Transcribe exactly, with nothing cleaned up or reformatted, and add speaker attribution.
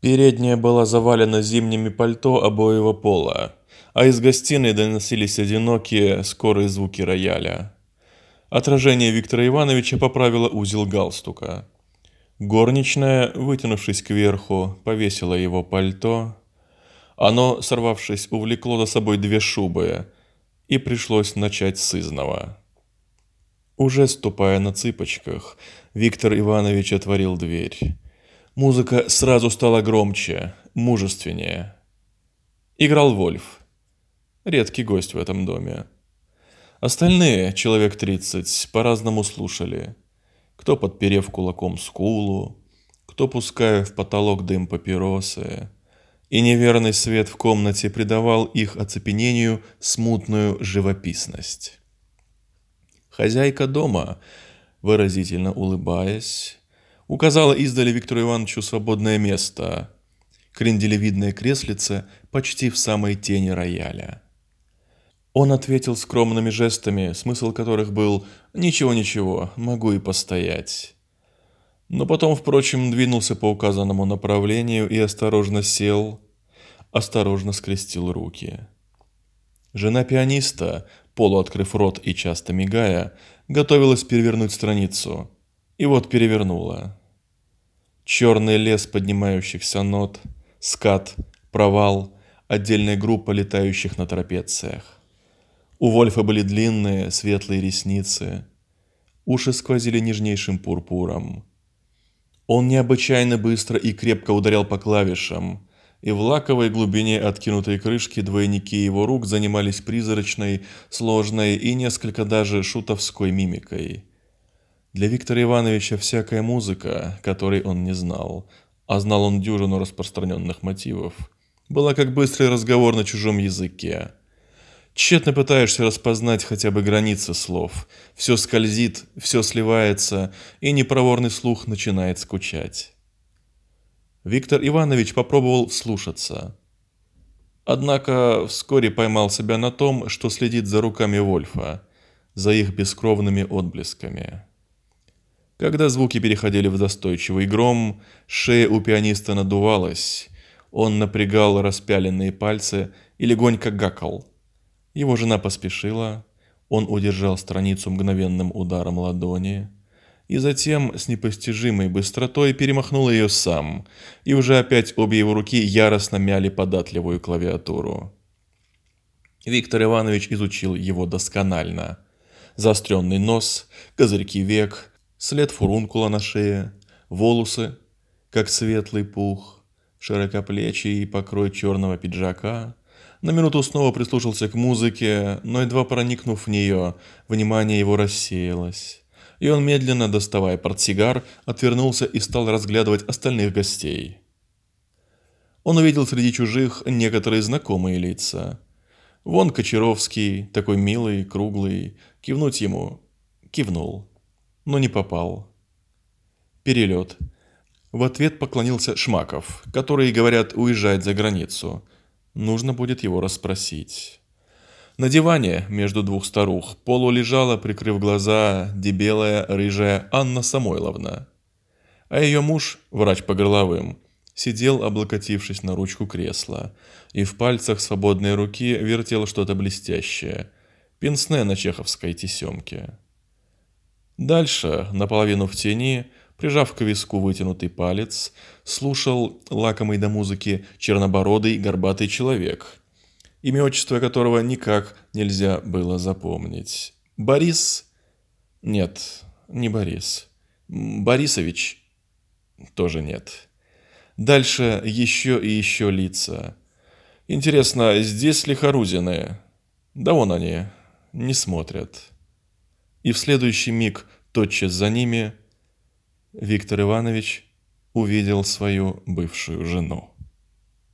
Speaker 1: Передняя была завалена зимними пальто обоего пола, а из гостиной доносились одинокие, скорые звуки рояля. Отражение Виктора Ивановича поправило узел галстука. Горничная, вытянувшись кверху, повесила его пальто. Оно, сорвавшись, увлекло за собой две шубы, и пришлось начать сызнова. Уже ступая на цыпочках, Виктор Иванович отворил дверь. Музыка сразу стала громче, мужественнее. Играл Вольф. Редкий гость в этом доме. Остальные, человек тридцать, по-разному слушали. Кто, подперев кулаком скулу, кто, пуская в потолок дым папиросы. И неверный свет в комнате придавал их оцепенению смутную живописность. Хозяйка дома, выразительно улыбаясь, указала издали Виктору Ивановичу свободное место, кренделевидное креслице почти в самой тени рояля. Он ответил скромными жестами, смысл которых был «ничего-ничего, могу и постоять». Но потом, впрочем, двинулся по указанному направлению и осторожно сел, осторожно скрестил руки. Жена пианиста, полуоткрыв рот и часто мигая, готовилась перевернуть страницу. И вот перевернула. Черный лес поднимающихся нот, скат, провал, отдельная группа летающих на трапециях. У Вольфа были длинные, светлые ресницы. Уши сквозили нежнейшим пурпуром. Он необычайно быстро и крепко ударял по клавишам, и в лаковой глубине откинутой крышки двойники его рук занимались призрачной, сложной и несколько даже шутовской мимикой. Для Виктора Ивановича всякая музыка, которой он не знал, а знал он дюжину распространенных мотивов, была как быстрый разговор на чужом языке. Тщетно пытаешься распознать хотя бы границы слов. Все скользит, все сливается, и непроворный слух начинает скучать. Виктор Иванович попробовал вслушаться. Однако вскоре поймал себя на том, что следит за руками Вольфа, за их бескровными отблесками. Когда звуки переходили в настойчивый гром, шея у пианиста надувалась, он напрягал распяленные пальцы и легонько гакал. Его жена поспешила, он удержал страницу мгновенным ударом ладони, и затем с непостижимой быстротой перемахнул ее сам, и уже опять обе его руки яростно мяли податливую клавиатуру. Виктор Иванович изучил его досконально. Заостренный нос, козырьки век, след фурункула на шее, волосы, как светлый пух, широкоплечий покрой черного пиджака. На минуту снова прислушался к музыке, но едва проникнув в нее, внимание его рассеялось. И он, медленно доставая портсигар, отвернулся и стал разглядывать остальных гостей. Он увидел среди чужих некоторые знакомые лица. Вон Кочаровский, такой милый, круглый, кивнуть ему кивнул, но не попал. Перелет. В ответ поклонился Шмаков, который, говорят, уезжает за границу. Нужно будет его расспросить. На диване между двух старух полулежала, прикрыв глаза, дебелая, рыжая Анна Самойловна. А ее муж, врач по горловым, сидел, облокотившись на ручку кресла, и в пальцах свободной руки вертел что-то блестящее, пенсне на чеховской тесемке. Дальше, наполовину в тени, прижав к виску вытянутый палец, слушал лакомый до музыки чернобородый горбатый человек, имя отчество которого никак нельзя было запомнить. Борис? Нет, не Борис. Борисович? Тоже нет. Дальше еще и еще лица. Интересно, здесь ли Харузины? Да вон они, не смотрят. И в следующий миг, тотчас за ними, Виктор Иванович увидел свою бывшую жену.